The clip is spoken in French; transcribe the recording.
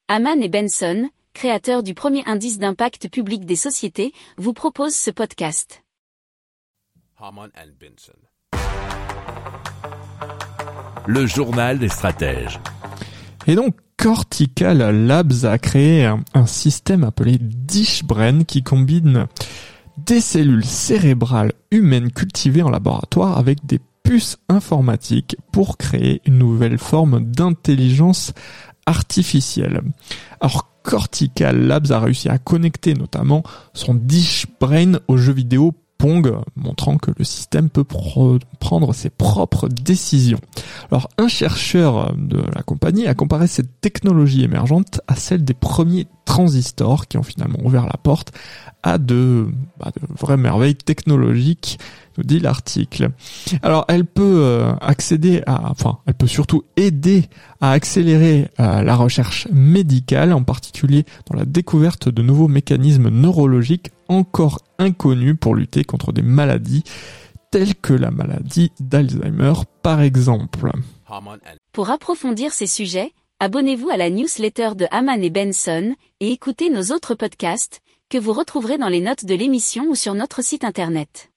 Hamann et Benson, créateurs du premier indice d'impact public des sociétés, vous proposent ce podcast. Hamann and Benson. Le journal des stratèges. Et donc, Cortical Labs a créé un système appelé DishBrain qui combine des cellules cérébrales humaines cultivées en laboratoire avec des puces informatiques pour créer une nouvelle forme d'intelligence artificielle. Alors, Cortical Labs a réussi à connecter notamment son DishBrain au jeu vidéo Pong, montrant que le système peut prendre ses propres décisions. Alors, un chercheur de la compagnie a comparé cette technologie émergente à celle des premiers transistors qui ont finalement ouvert la porte à de vraies merveilles technologiques, nous dit l'article. Alors, elle peut elle peut surtout aider à accélérer la recherche médicale, en particulier dans la découverte de nouveaux mécanismes neurologiques encore inconnus pour lutter contre des maladies telles que la maladie d'Alzheimer, par exemple. Pour approfondir ces sujets, abonnez-vous à la newsletter de Hamann et Benson et écoutez nos autres podcasts que vous retrouverez dans les notes de l'émission ou sur notre site internet.